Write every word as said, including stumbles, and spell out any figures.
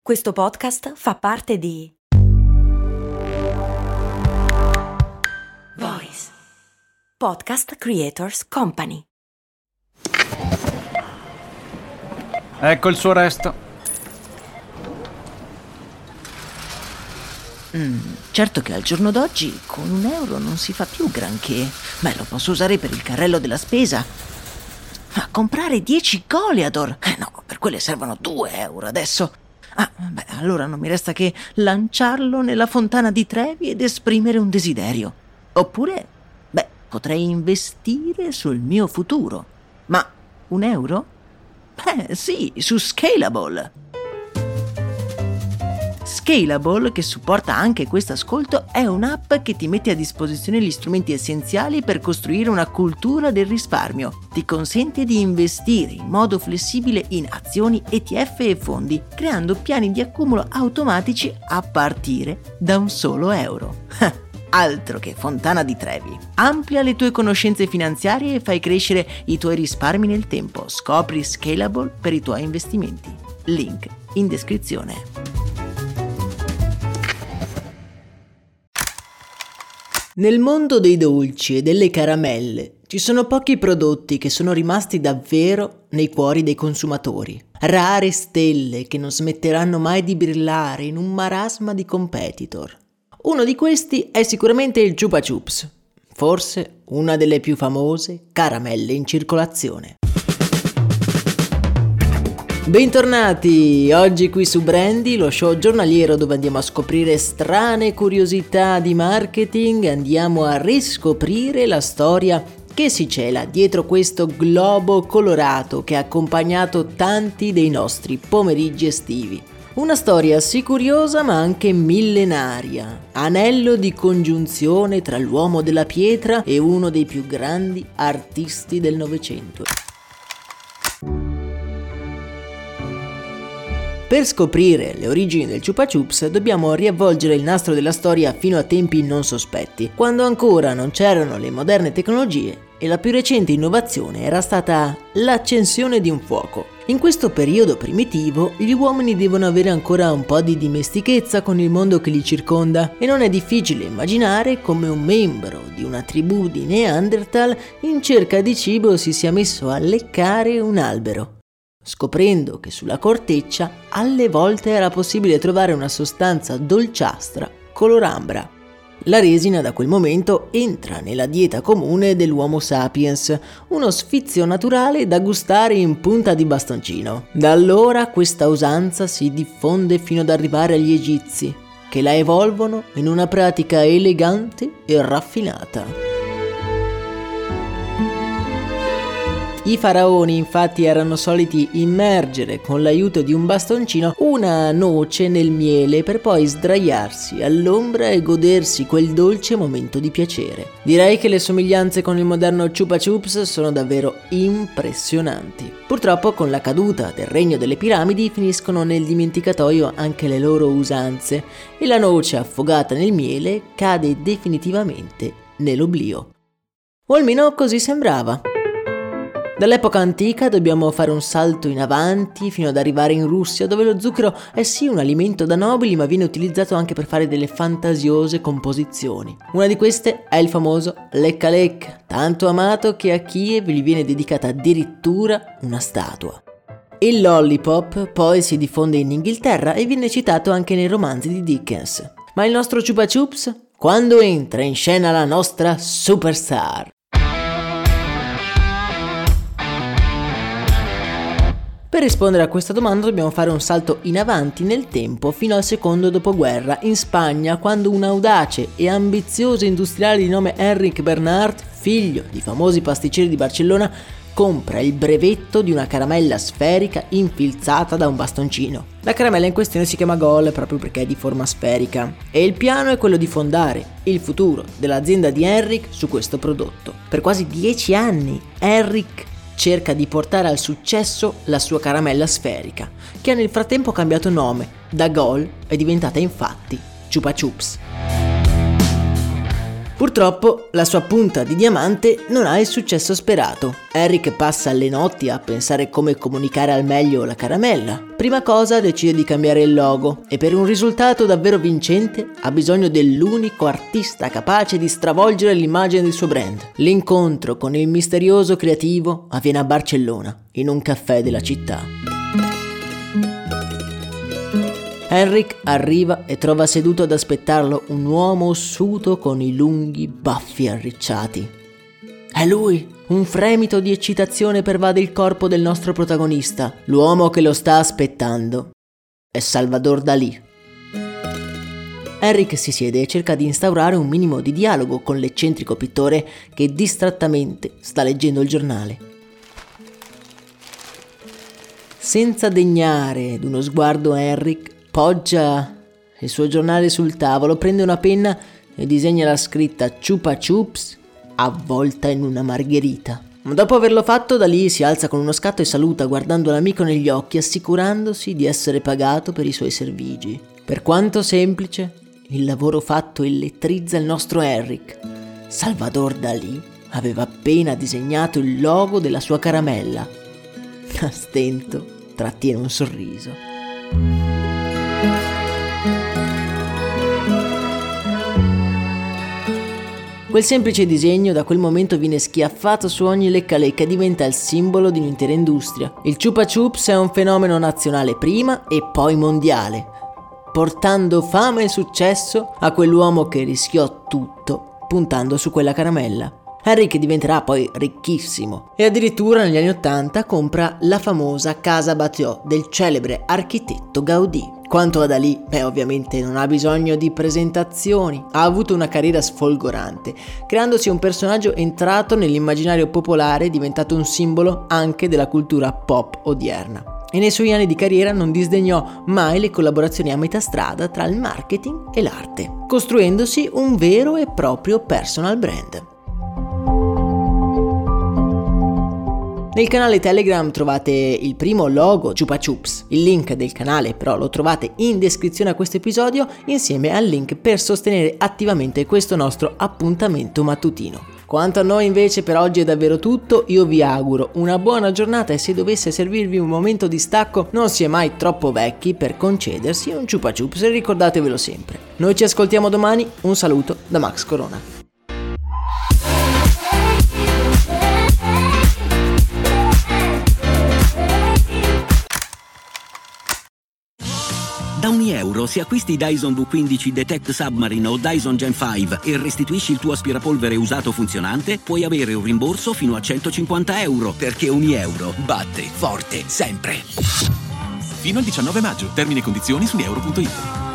Questo podcast fa parte di Voice Podcast Creators Company. Ecco il suo resto. Mm, certo che al giorno d'oggi con un euro non si fa più granché. Beh, lo posso usare per il carrello della spesa. Ma comprare dieci Goliador? Eh no, per quelle servono due euro adesso. Ah, beh, allora non mi resta che lanciarlo nella fontana di Trevi ed esprimere un desiderio. Oppure, beh, potrei investire sul mio futuro. Ma un euro? Beh, sì, su Scalable. Scalable, che supporta anche questo ascolto, è un'app che ti mette a disposizione gli strumenti essenziali per costruire una cultura del risparmio. Ti consente di investire in modo flessibile in azioni, E T F e fondi, creando piani di accumulo automatici a partire da un solo euro. Altro che fontana di Trevi. Amplia le tue conoscenze finanziarie e fai crescere i tuoi risparmi nel tempo. Scopri Scalable per i tuoi investimenti. Link in descrizione. Nel mondo dei dolci e delle caramelle ci sono pochi prodotti che sono rimasti davvero nei cuori dei consumatori. Rare stelle che non smetteranno mai di brillare in un marasma di competitor. Uno di questi è sicuramente il Chupa Chups, forse una delle più famose caramelle in circolazione. Bentornati, oggi qui su Brandy, lo show giornaliero dove andiamo a scoprire strane curiosità di marketing e andiamo a riscoprire la storia che si cela dietro questo globo colorato che ha accompagnato tanti dei nostri pomeriggi estivi. Una storia sì curiosa ma anche millenaria, anello di congiunzione tra l'uomo della pietra e uno dei più grandi artisti del Novecento. Per scoprire le origini del Chupa Chups dobbiamo riavvolgere il nastro della storia fino a tempi non sospetti, quando ancora non c'erano le moderne tecnologie e la più recente innovazione era stata l'accensione di un fuoco. In questo periodo primitivo gli uomini devono avere ancora un po' di dimestichezza con il mondo che li circonda e non è difficile immaginare come un membro di una tribù di Neanderthal in cerca di cibo si sia messo a leccare un albero, scoprendo che sulla corteccia alle volte era possibile trovare una sostanza dolciastra color ambra. La resina da quel momento entra nella dieta comune dell'Homo sapiens, uno sfizio naturale da gustare in punta di bastoncino. Da allora questa usanza si diffonde fino ad arrivare agli egizi, che la evolvono in una pratica elegante e raffinata. I faraoni infatti erano soliti immergere con l'aiuto di un bastoncino una noce nel miele per poi sdraiarsi all'ombra e godersi quel dolce momento di piacere. Direi che le somiglianze con il moderno Chupa Chups sono davvero impressionanti. Purtroppo con la caduta del regno delle piramidi finiscono nel dimenticatoio anche le loro usanze e la noce affogata nel miele cade definitivamente nell'oblio. O almeno così sembrava. Dall'epoca antica dobbiamo fare un salto in avanti fino ad arrivare in Russia, dove lo zucchero è sì un alimento da nobili ma viene utilizzato anche per fare delle fantasiose composizioni. Una di queste è il famoso lecca lecca, tanto amato che a Kiev gli viene dedicata addirittura una statua. Il lollipop poi si diffonde in Inghilterra e viene citato anche nei romanzi di Dickens. Ma il nostro Chupa Chups? Quando entra in scena la nostra superstar? Per rispondere a questa domanda dobbiamo fare un salto in avanti nel tempo fino al secondo dopoguerra in Spagna, quando un audace e ambizioso industriale di nome Enric Bernard, figlio di famosi pasticceri di Barcellona, compra il brevetto di una caramella sferica infilzata da un bastoncino. La caramella in questione si chiama Gol proprio perché è di forma sferica e il piano è quello di fondare il futuro dell'azienda di Enric su questo prodotto. Per quasi dieci anni Enric cerca di portare al successo la sua caramella sferica, che ha nel frattempo cambiato nome. Da Gol è diventata infatti Chupa Chups. Purtroppo la sua punta di diamante non ha il successo sperato. Eric passa le notti a pensare come comunicare al meglio la caramella. Prima cosa decide di cambiare il logo e per un risultato davvero vincente ha bisogno dell'unico artista capace di stravolgere l'immagine del suo brand. L'incontro con il misterioso creativo avviene a Barcellona, in un caffè della città. Henrik arriva e trova seduto ad aspettarlo un uomo ossuto con i lunghi baffi arricciati. È lui! Un fremito di eccitazione pervade il corpo del nostro protagonista. L'uomo che lo sta aspettando è Salvador Dalì. Henrik si siede e cerca di instaurare un minimo di dialogo con l'eccentrico pittore che distrattamente sta leggendo il giornale. Senza degnare d'uno sguardo Henrik poggia il suo giornale sul tavolo, prende una penna e disegna la scritta Chupa Chups avvolta in una margherita. Dopo averlo fatto, Dalì si alza con uno scatto e saluta guardando l'amico negli occhi, assicurandosi di essere pagato per i suoi servigi. Per quanto semplice, il lavoro fatto elettrizza il nostro Henrik. Salvador Dalì aveva appena disegnato il logo della sua caramella. A stento trattiene un sorriso. Quel semplice disegno da quel momento viene schiaffato su ogni lecca-lecca e diventa il simbolo di un'intera industria. Il Chupa Chups è un fenomeno nazionale prima e poi mondiale, portando fama e successo a quell'uomo che rischiò tutto puntando su quella caramella. Henrik diventerà poi ricchissimo e addirittura negli anni ottanta compra la famosa Casa Batlló del celebre architetto Gaudì. Quanto a Dalì, beh, ovviamente non ha bisogno di presentazioni, ha avuto una carriera sfolgorante, creandosi un personaggio entrato nell'immaginario popolare, diventato un simbolo anche della cultura pop odierna. E nei suoi anni di carriera non disdegnò mai le collaborazioni a metà strada tra il marketing e l'arte, costruendosi un vero e proprio personal brand. Nel canale Telegram trovate il primo logo Chupa Chups. Il link del canale però lo trovate in descrizione a questo episodio insieme al link per sostenere attivamente questo nostro appuntamento mattutino. Quanto a noi invece per oggi è davvero tutto, io vi auguro una buona giornata e se dovesse servirvi un momento di stacco non si è mai troppo vecchi per concedersi un Chupa Chups e ricordatevelo sempre. Noi ci ascoltiamo domani, un saluto da Max Corona. Da ogni euro, se acquisti Dyson V quindici Detect Submarine o Dyson Gen cinque e restituisci il tuo aspirapolvere usato funzionante, puoi avere un rimborso fino a centocinquanta euro, perché ogni euro batte forte sempre. Fino al diciannove maggio. Termini e condizioni su euro punto it.